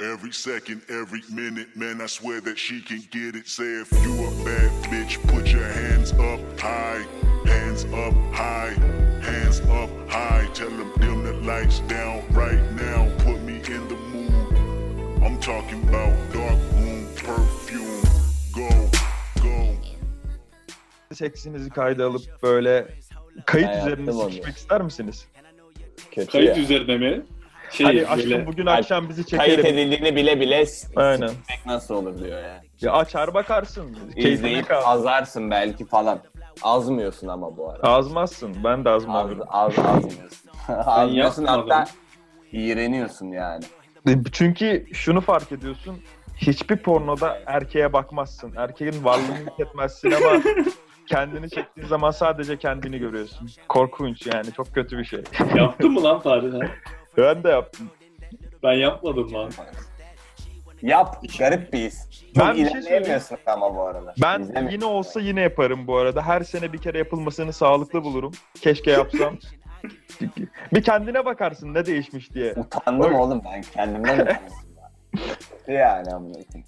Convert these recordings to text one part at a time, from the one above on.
Every second, every minute, man, I swear that she can get it. Say if you a bad bitch, put your hands up high, hands up high, hands up high. Tell them dim the lights down right now, put me in the mood. I'm talking about dark room perfume. Go, go. Seksinizi kayda alıp böyle kayıt Ben üzerinde yaptım onu. sıkışmak ister misiniz? Kötü Kayıt ya. üzerine mi? Hani aşkım böyle- bugün akşam bizi Kayıt çekelim. edildiğini bile bile Aynen. sikmek nasıl olur diyor ya. Ya açar bakarsın. Keyfine İzleyip kal. azarsın belki falan. Azmıyorsun ama bu arada. Azmazsın. Ben de azmıyorum. Azmıyorsun. Azmıyorsun yapmadım. hatta iğreniyorsun yani. Çünkü şunu fark ediyorsun. Hiçbir pornoda erkeğe bakmazsın. Erkeğin varlığını hissetmezsin ama kendini çektiğin zaman sadece kendini görüyorsun. Korkunç yani. Çok kötü bir şey. Yaptın mı lan Fahri? Ben de yaptım. Ben yapmadım lan. Yap. Garip bir his. Çok Ben bir şey ilerleyemiyorsun ama bu arada. Ben İzlemiyorsun. yine olsa yine yaparım bu arada. Her sene bir kere yapılmasını sağlıklı bulurum. Keşke yapsam. Bir kendine bakarsın ne değişmiş diye. Utandım oğlum ben. Kendimden utandım. Yani amına koyayım.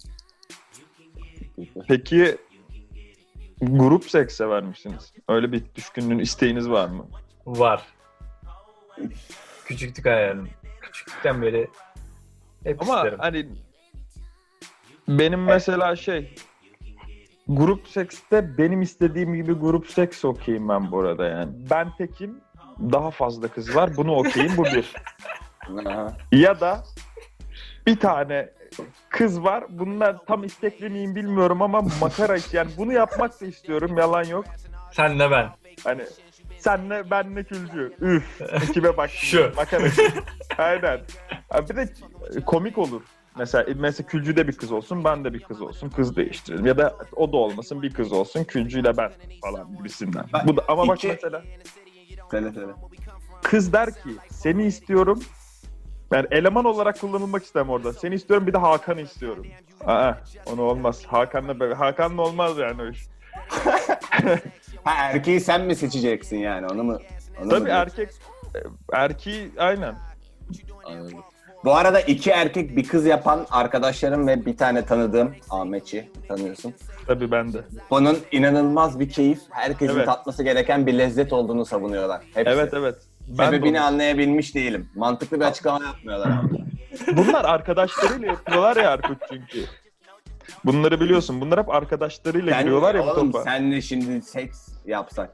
Peki grup seks sever misiniz? Öyle bir düşkünlüğün, isteğiniz var mı? Var. Küçüklük hayalim. Küçüklükten beri hep Ama isterim. hani benim mesela grup sekste benim istediğim gibi grup seks okeyim ben bu arada yani. Ben tekim, daha fazla kız var. Bunu okeyim, bu bir. Aha. Ya da bir tane kız var. Bunlar tam istekli miyim bilmiyorum ama makara yani bunu yapmak da istiyorum. Yalan yok. Senle ben. Hani senle benle külcü. Üf. Ekibe bak. Şu. Makara. Aynen. Ha, bir de komik olur. Mesela külcü de bir kız olsun, ben de bir kız olsun. Kız değiştirelim. Ya da o da olmasın, bir kız olsun. Külcüyle ben falan gibisinden. Bu da, ama bak İki- mesela Söyle. kız der ki seni istiyorum. Yani eleman olarak kullanılmak istemem orada. Seni istiyorum, bir de Hakan'ı istiyorum. Aa, onu olmaz. Hakan'la olmaz yani o iş. Ha erkeği sen mi seçeceksin yani onu mu? Onu Tabii mu erkeği aynen. Anladım. Bu arada 2 erkek bir kız yapan arkadaşlarım ve bir tane tanıdığım Ahmetçi tanıyorsun. Tabii ben de. Bunun inanılmaz bir keyif, herkesin Evet. tatması gereken bir lezzet olduğunu savunuyorlar. Hepsi. Evet. Ben de Sebebini onu- anlayabilmiş değilim. Mantıklı bir açıklama yapmıyorlar ama. Bunlar arkadaşlarıyla yapıyorlar ya Erkut çünkü. Bunları biliyorsun. Bunlar hep arkadaşlarıyla giriyorlar ya bu oğlum topa. senle şimdi seks yapsak.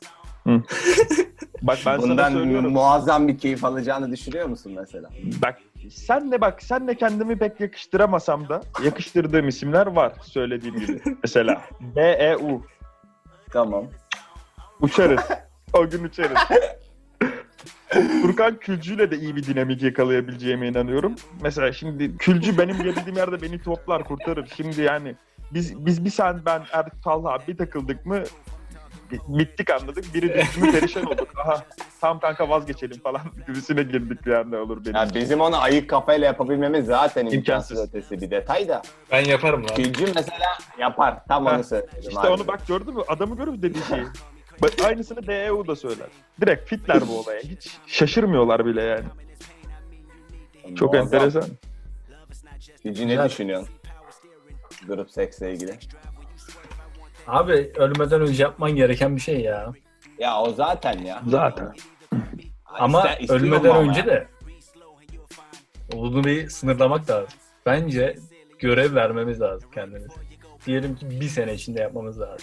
Bak ben sana Bundan söylüyorum. muazzam bir keyif alacağını düşünüyor musun mesela? Senle kendimi pek yakıştıramasam da yakıştırdığım isimler var söylediğim gibi. Mesela B-E-U. Tamam. Uçarız. O gün uçarız. Furkan Külcü'yle de iyi bir dinamik yakalayabileceğime inanıyorum. Mesela şimdi Külcü benim geldiğim yerde beni toplar, kurtarır. Şimdi yani biz bir sen ben Erkut Talha bir takıldık mı bittik anladık. Biri düştü mü perişan olduk. Aha tam kanka vazgeçelim falan gibisine girdik bir anda olur benim. Ya bizim onu ayık kafayla yapabilmemiz zaten imkansız İmkansız. ötesi bir detay da. Ben yaparım lan. Külcü mesela yapar. Tam Ha, onu söyledim. İşte onu bak gördün mü? Adamı görüp dediği şeyi. Bak, aynısını DEU da söyler. Direkt fitler bu olaya. Hiç şaşırmıyorlar bile yani. Çok enteresan. Külcü ne düşünüyorsun? Grup seksle ilgili. Abi ölmeden önce yapman gereken bir şey ya. Ya o zaten ya. Zaten. Ama İstiyorum ölmeden ama önce ya. de onu bir sınırlamak lazım. Bence görev vermemiz lazım kendimize. Diyelim ki bir sene içinde yapmamız lazım.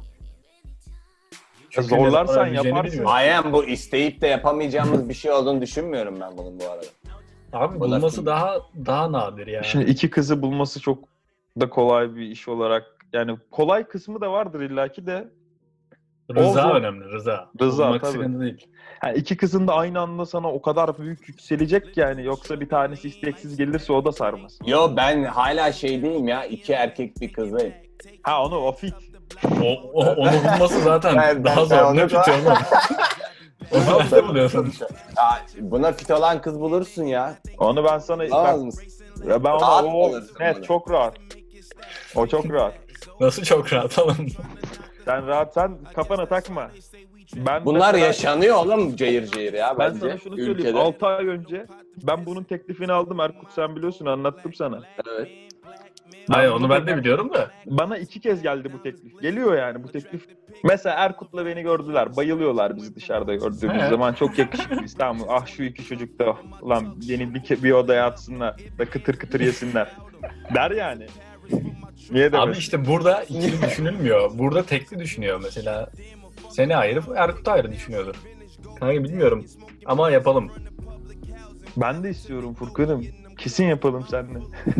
Çünkü ne zorlarsan zaman öleceğini yaparsın. bilmiyorum. Aynen bu isteyip de yapamayacağımız bir şey olduğunu düşünmüyorum ben bunun bu arada. Abi O da bulması film. daha nadir ya. Şimdi iki kızı bulması çok da kolay bir iş olarak. Yani kolay kısmı da vardır illaki de. Rıza o- önemli, rıza. Rıza, Bulmak tabii. sıkıntı değil. Yani iki kızın da aynı anda sana o kadar büyük yükselecek ki yani. Yoksa bir tanesi isteksiz gelirse o da sarmaz. Yo ben hala şeydeyim ya 2 erkek bir kızlayım. Ha o fit. Onu bulması zaten Ben daha zor. onu Ne tutuyor oğlum? Onu nasıl buluyorsun? Ya, buna fit olan kız bulursun ya. Onu ben sana... Alamaz mısın? Ben Rahat ona alırsın net bunu. çok rahat. O çok rahat. Nasıl çok rahat alın. Sen kafana takma. Bunlar mesela- yaşanıyor oğlum cayır cayır ya Ben bence sana şunu söyleyeyim. ülkede. 6 ay önce ben bunun teklifini aldım Erkut, sen biliyorsun, anlattım sana. Evet. Hayır onu ben de biliyorum da. Bana 2 kez geldi bu teklif. Geliyor yani bu teklif. Mesela Erkut'la beni gördüler. Bayılıyorlar bizi dışarıda gördüğümüz He. zaman. Çok yakışıklıyız, tamam mı? Ah şu iki çocuk da ulan beni bir odaya atsınlar da kıtır kıtır yesinler. Der yani. Niye demesin? Abi işte burada ikili düşünülmüyor. Burada tekli düşünüyor mesela. Seni ayrı, Erkut ayrı düşünüyordur. Kanka bilmiyorum ama yapalım. Ben de istiyorum Furkan'ım. Kesin yapalım seninle.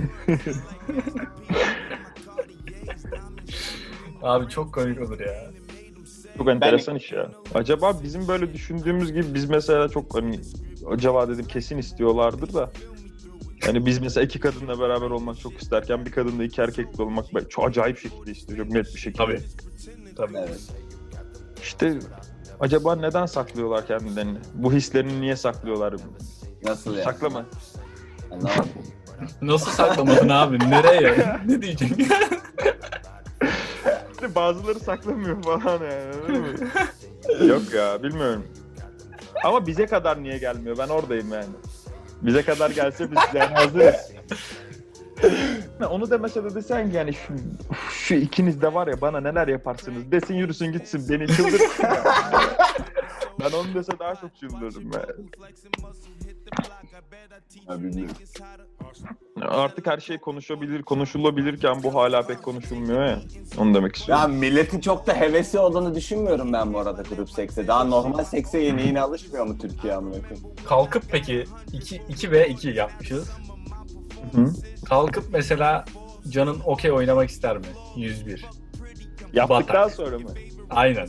Abi çok komik olur ya. Çok enteresan iş ya. Acaba bizim böyle düşündüğümüz gibi biz mesela çok hani acaba dedim kesin istiyorlardır da. Yani biz mesela 2 kadınla beraber olmak çok isterken bir kadınla 2 erkekle olmak çok acayip şekilde istiyor. Çok net bir şekilde. Tabii. Tabii. Evet. İşte acaba neden saklıyorlar kendilerini? Bu hislerini niye saklıyorlar? Nasıl ya? Saklama. Anlamadım. Nasıl saklamadın abi? Nereye? Ne diyeceksin? İşte bazıları saklamıyor falan yani. Değil mi? Yok ya bilmiyorum. Ama bize kadar niye gelmiyor? Ben oradayım yani. Bize kadar gelse biz yani hazırız. Onu da mesela desen ki yani şu ikiniz de var ya bana neler yaparsınız desin yürüsün gitsin beni çıldırtsın ya. Ben onu dese daha çok çıldırırım ben. Ha, bilmiyorum. Artık her şey konuşulabilirken bu hala pek konuşulmuyor ya. Onu demek Ya istiyorum. milletin çok da hevesi olduğunu düşünmüyorum ben bu arada grup sekse. Daha normal sekse yeni alışmıyor mu Türkiye amına koyayım? Kalkıp peki 2 ve 2 yapmışız. Hı? Kalkıp mesela Can'ın okey oynamak ister mi? 101. Yaptıktan Batak. sonra mı? Aynen.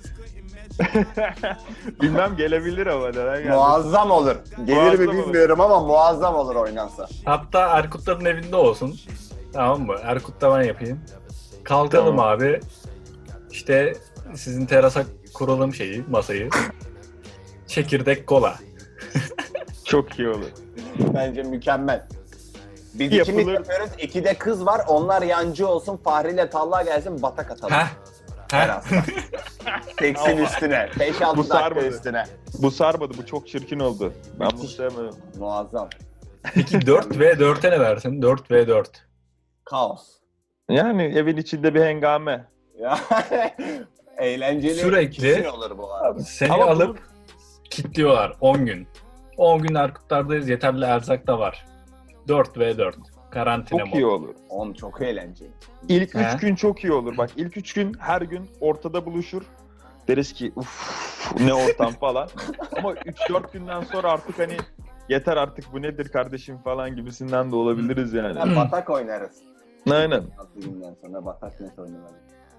Bilmem gelebilir ama neden geldi? Muazzam olur. Gelir Muazzam mi olur. bilmiyorum ama muazzam olur oynansa. Hatta Erkutların evinde olsun. Tamam mı? Erkut'ta ben yapayım. Kalkalım Tamam. abi. İşte sizin terasa kuralım masayı. Çekirdek kola. Çok iyi olur. Bence mükemmel. Biz Yapılır. ikimiz yapıyoruz. 2'de kız var. Onlar yancı olsun. Fahri ile Talha gelsin. Batak atalım. Heh. Terasta. Teksin üstüne. 5-6 Bu dakika sarmadı. üstüne. Bu sarmadı, bu çok çirkin oldu. Ben bunu sevmedim. Muazzam. Peki 4 ve 4'e ne versin? 4 ve 4. Kaos. Yani evin içinde bir hengame. Ya eğlenceli. Sürekli- kesin olur bu arada. Seni Ama alıp kilitliyorlar 10 gün. 10 gün Erkutlardayız. Yeterli erzak da var. 4 ve 4. Karantina Çok iyi modu. olur. Oğlum çok eğlenceli. İlk He? 3 gün çok iyi olur. Bak ilk 3 gün her gün ortada buluşur. Deriz ki uff ne ortam falan. Ama 3-4 günden sonra artık hani yeter artık bu nedir kardeşim falan gibisinden de olabiliriz yani. Ya batak oynarız. Aynen. 6 günden sonra batak net oynanır.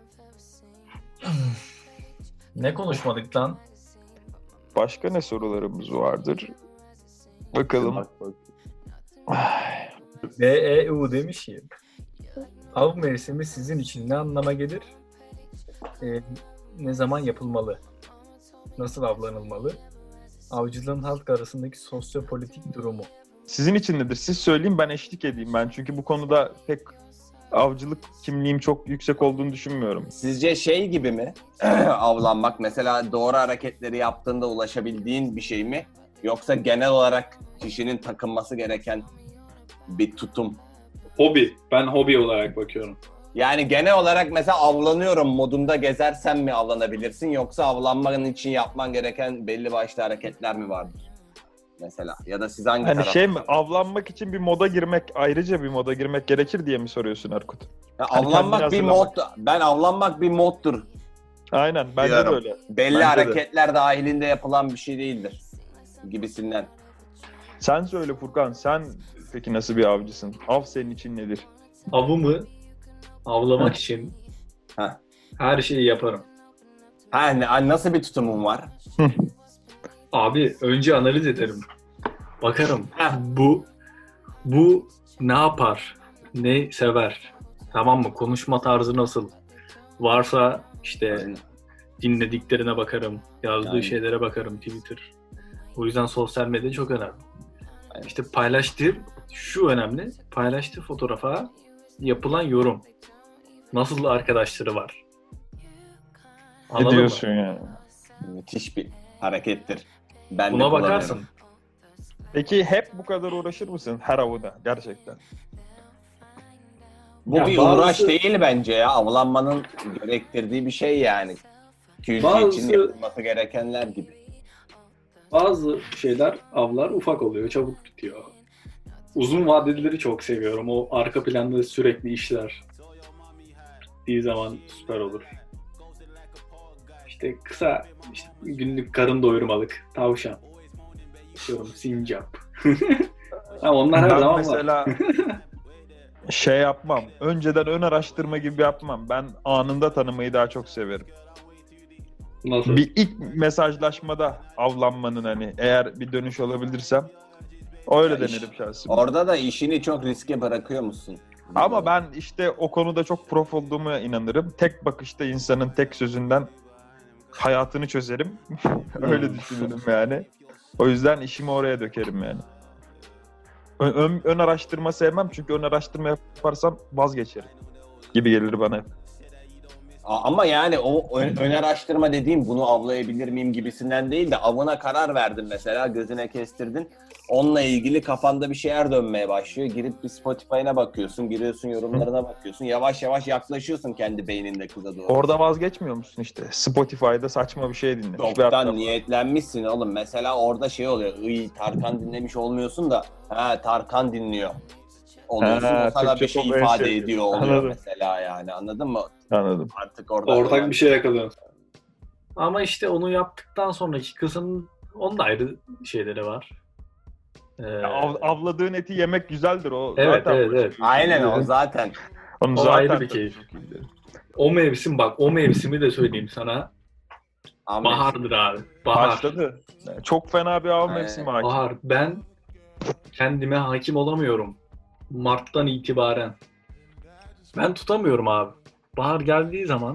Ne konuşmadık lan? Başka ne sorularımız vardır? Bakalım. Bak, bak. DEU demiş ki av mevsimi sizin için ne anlama gelir? Ne zaman yapılmalı? Nasıl avlanılmalı? Avcılığın halk arasındaki sosyopolitik durumu. Sizin için nedir? Siz söyleyin ben eşlik edeyim ben. Çünkü bu konuda pek avcılık kimliğim çok yüksek olduğunu düşünmüyorum. Sizce şey gibi mi? Avlanmak mesela doğru hareketleri yaptığında ulaşabildiğin bir şey mi? Yoksa genel olarak kişinin takınması gereken bir tutum? Hobi. Ben hobi olarak bakıyorum. Yani genel olarak mesela avlanıyorum modunda gezersen mi avlanabilirsin yoksa avlanmanın için yapman gereken belli başlı hareketler mi vardır? Mesela ya da siz hangi Hani taraf? şey mi, avlanmak için bir moda girmek, ayrıca bir moda girmek gerekir diye mi soruyorsun Erkut? Ya Hani avlanmak kendini bir hazırlamak. mod. Ben avlanmak bir moddur. Aynen bence de Diyorum. öyle. Belli Bence de. hareketler dahilinde yapılan bir şey değildir gibisinden. Sen söyle Furkan, sen peki nasıl bir avcısın? Av senin için nedir? Avımı avlamak için Heh. her şeyi yaparım. Ha nasıl bir tutumun var? Abi önce analiz ederim. Bakarım. Bu ne yapar? Ne sever? Tamam mı? Konuşma tarzı nasıl? Varsa işte Aynen. dinlediklerine bakarım. Yazdığı Aynen. şeylere bakarım Twitter. O yüzden sosyal medya çok önemli. Aynen. İşte şu önemli. Paylaştığı fotoğrafa yapılan yorum. Nasıl arkadaşları var? Ne Anladın mı? diyorsun yani? Müthiş bir harekettir. Ben de Buna kullanıyorum. bakarsın. Peki hep bu kadar uğraşır mısın her avda gerçekten? Bu Ya bir bazı- uğraş değil bence ya. Avlanmanın gerektirdiği bir şey yani. Kültü için Bazı- yapılması gerekenler gibi. Bazı şeyler, avlar ufak oluyor, çabuk bitiyor. Uzun vadelileri çok seviyorum. O arka planda sürekli işler. Bittiği zaman süper olur. İşte kısa, işte günlük karın doyurmalık, tavşan. Diyorum sincap. Ha, onlar her Ben zaman var. mesela şey yapmam. Önceden ön araştırma gibi yapmam. Ben anında tanımayı daha çok severim. Nasıl? Bir ilk mesajlaşmada avlanmanın hani eğer bir dönüş alabilirsem öyle Ya iş- denerim şahsen. Orada da işini çok riske bırakıyor musun? Ama ben işte o konuda çok prof olduğuma inanırım. Tek bakışta insanın tek sözünden hayatını çözerim. Öyle düşünürüm yani. O yüzden işimi oraya dökerim yani. Ön araştırma sevmem çünkü ön araştırma yaparsam vazgeçerim gibi gelir bana. Ama yani o ön araştırma dediğim bunu avlayabilir miyim gibisinden değil de avına karar verdin mesela, gözüne kestirdin. Onunla ilgili kafanda bir şeyler dönmeye başlıyor. Girip bir Spotify'ına bakıyorsun, giriyorsun yorumlarına bakıyorsun. Yavaş yavaş yaklaşıyorsun kendi beyninde kıza doğru. Orada vazgeçmiyor musun işte? Spotify'da saçma bir şey dinlemiş. Bir hafta- Çoktan niyetlenmişsin oğlum. Mesela orada şey oluyor. Tarkan dinlemiş olmuyorsun da Tarkan dinliyor oluyorsun. Ha, O sana Türkçe bir şey pop en ifade sevdiğim. ediyor oluyor Anladım. mesela yani. Anladın mı? Anladım. Artık orada Ortak bir şey yakalıyorsun. Ama işte onu yaptıktan sonraki kısım, onun da ayrı şeyleri var. Ya avladığın eti yemek güzeldir o. Evet, zaten evet, evet. Aynen o zaten. Onu O zaten ayrı bir keyif. O mevsim, bak o mevsimi de söyleyeyim sana. Ama Bahardır abi. Bahar. Başladı. Çok fena bir av Aynen. mevsimi hakim. Bahar. Ben kendime hakim olamıyorum. Mart'tan itibaren. Ben tutamıyorum abi. Bahar geldiği zaman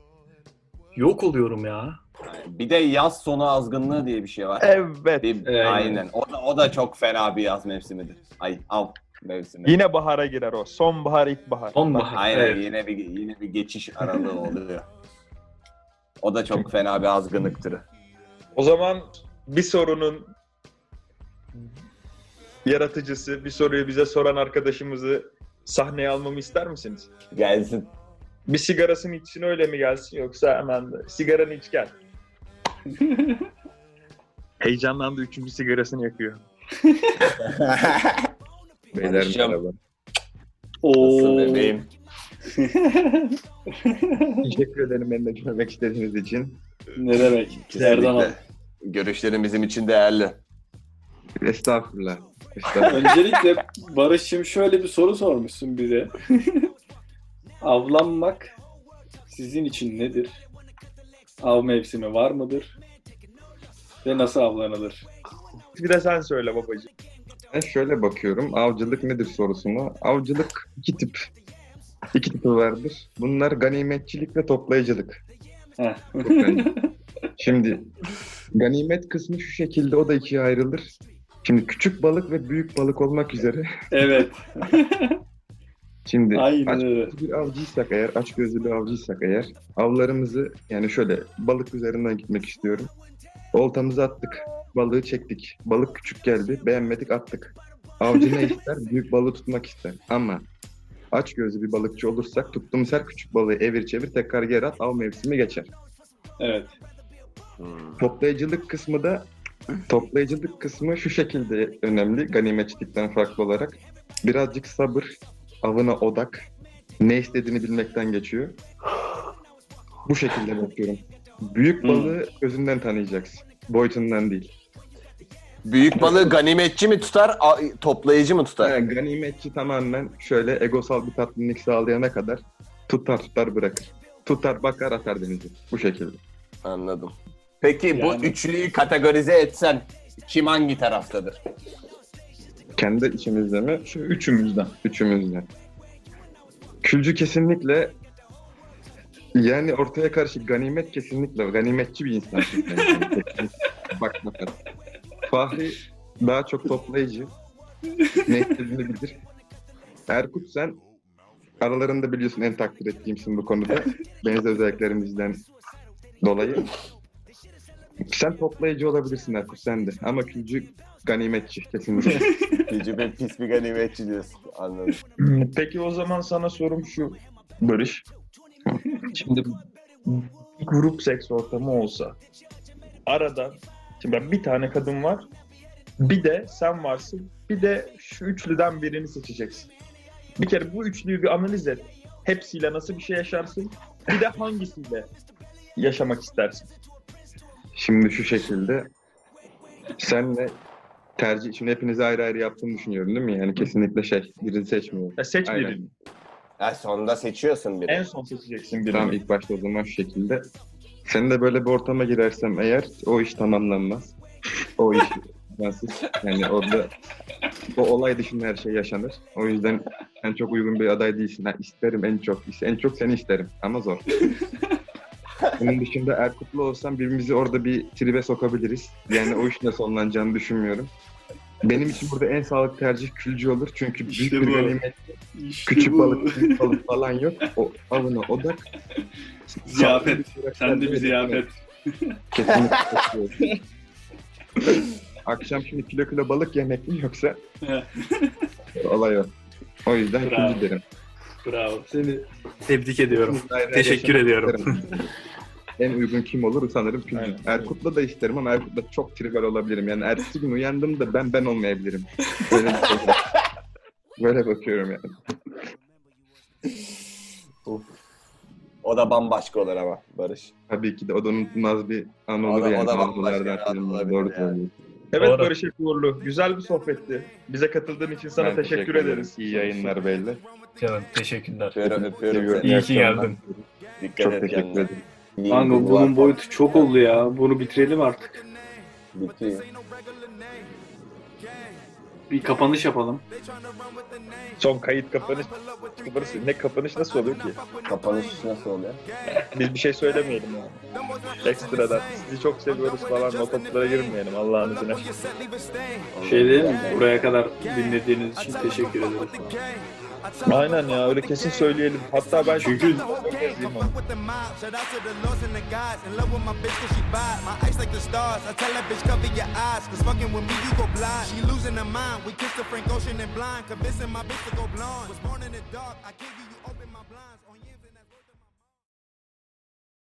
yok oluyorum ya. bir de yaz sonu azgınlığı diye bir şey var. Evet. Aynen. O da çok fena bir yaz mevsimidir. Av mevsimi. Yine bahara girer o. Sonbahar, ilkbahar. Sonbahar. Aynen Evet. yine bir geçiş aralığı oluyor. O da çok fena bir azgınlıktır. O zaman bir sorunun yaratıcısı, bir soruyu bize soran arkadaşımızı sahneye almamı ister misiniz? Gelsin. Bir sigarasını içsin öyle mi gelsin yoksa hemen de sigaranı iç gel. Heyecanlandı, 3. sigarasını yakıyor. Beyler Barış'cığım. merhaba. Nasıl bebeğim? Teşekkür ederim benimle görmek istediğiniz için. Ne demek? Her zaman. Kesinlikle. Görüşlerin bizim için değerli. Estağfurullah. Öncelikle Barış'cığım şöyle bir soru sormuşsun bize. Avlanmak sizin için nedir? Av mevsimi var mıdır? Ve nasıl avlanılır? Bir de sen söyle babacığım. Ben şöyle bakıyorum, avcılık nedir sorusuna. Avcılık iki tipi vardır. Bunlar ganimetçilik ve toplayıcılık. Heh. Çok önemli. Şimdi ganimet kısmı şu şekilde, o da ikiye ayrılır. Şimdi küçük balık ve büyük balık olmak üzere. Evet. Şimdi Aynen öyle. açgözlü bir avcıysak eğer, avlarımızı yani şöyle balık üzerinden gitmek istiyorum. Oltamızı attık, balığı çektik. Balık küçük geldi, beğenmedik, attık. Avcı ne ister? Büyük balığı tutmak ister. Ama açgözlü bir balıkçı olursak tuttuğumuz her küçük balığı evir çevir tekrar geri at, av mevsimi geçer. Evet. Toplayıcılık kısmı şu şekilde önemli ganimetçilikten farklı olarak. Birazcık sabır, avına odak, ne istediğini bilmekten geçiyor. Bu şekilde bakıyorum. Büyük balığı gözünden tanıyacaksın, boyutundan değil. Büyük balığı ganimetçi mi tutar, toplayıcı mı tutar? Yani ganimetçi tamamen şöyle egosal bir tatminlik sağlayana kadar tutar bırakır. Tutar bakar atar denize. Bu şekilde. Anladım. Peki bu Yani- üçlüyü kategorize etsen kim hangi taraftadır? Kendi içimizde mi? Şu üçümüzden. Üçümüzde. Külcü kesinlikle, yani ortaya karşı ganimet kesinlikle ganimetçi bir insan. Bak. Fahri daha çok toplayıcı. Ne istediğini bilir. Erkut sen aralarında biliyorsun en takdir ettiğimsin bu konuda. Benzer özelliklerimizden dolayı. Sen toplayıcı olabilirsin Erkut, sen de. Ama külcü ganimetçi kesinlikle. Gece bir pis bir ganimetçi diyorsun. Anladım. Peki o zaman sana sorum şu Barış. Şimdi bir grup seks ortamı olsa arada şimdi bir tane kadın var, bir de sen varsın, bir de şu üçlüden birini seçeceksin. Bir kere bu üçlüyü bir analiz et. Hepsiyle nasıl bir şey yaşarsın? Bir de hangisiyle yaşamak istersin? Şimdi şu şekilde senle tercih, şimdi hepinizi ayrı ayrı yaptığını düşünüyorum değil mi? Yani kesinlikle birini seçmiyorum. Ya seç Aynen. birini. Ha, sonunda seçiyorsun biri. En son seçeceksin birini. Tamam, ilk başta o zaman şu şekilde. Senin de böyle bir ortama girersem eğer o iş tamamlanmaz. O iş nasıl? Yani orada o olay dışında her şey yaşanır. O yüzden sen çok uygun bir aday değilsin. Ha, isterim en çok seni isterim ama zor. Bunun dışında Erkut'la olsam birbirimizi orada bir tribe sokabiliriz. Yani o işin de sonlanacağını düşünmüyorum. Benim için burada en sağlıklı tercih külcü olur. Çünkü büyük İşte bir bu. ganimet, İşte küçük bu. balık, büyük balık falan yok. O avına odak. Ziyafet. Sen de bir ziyafet. Kesinlikle katılıyorum. Akşam şimdi kilo balık yemek mi yoksa olay o. O yüzden Bravo. külcü derim. Bravo. Seni tebrik ediyorum. Ayrı Teşekkür yaşamak ediyorum. isterim. En uygun kim olur sanırım külcü. Aynen. Erkut'la da isterim ama Erkut'la çok tribal olabilirim. Yani ertesi gün uyandım da ben olmayabilirim. Böyle, bir şey var. Böyle bakıyorum yani. O da bambaşka olur ama Barış. Tabii ki de o da unutulmaz bir an O olur da- yani. o da bambaşka bir Anılardan, an filmler. olabilir Doğru yani. söylüyorsun. Evet Doğru. Barış Uğurlu. Güzel bir sohbetti. Bize katıldığın için sana Ben teşekkür ederim. ederiz. İyi yayınlar beyler. Canım teşekkürler. Öpüyorum Seviyorum. seni. İyi ki geldin. Dikkat Çok et teşekkür kendine. ederim. Kanka bunun boyutu çok oldu ya. Bunu bitirelim artık. Bitiyor. Bir kapanış yapalım. Son kayıt kapanış. Barış, ne kapanış nasıl oluyor ki? Kapanış nasıl oluyor? Biz bir şey söylemeyelim yani. Ekstradan. Sizi çok seviyoruz falan. O toplara girmeyelim Allah'ın izniyle. Şey değil mi? Buraya kadar dinlediğiniz için teşekkür ederiz. Aynen ya öyle kesin söyleyelim. Hatta ben Çünkü yazayım onu. with the mob. Shout out to the lords and the gods. In love with my bitch cause she vibe. My ice like the stars. I tell that bitch cover your eyes. Cause fucking with me you go blind. She losing her mind. We kissed the Frank Ocean and blind. Convincing my bitch to go blonde. Was born in the dark. I give you, you open my blinds.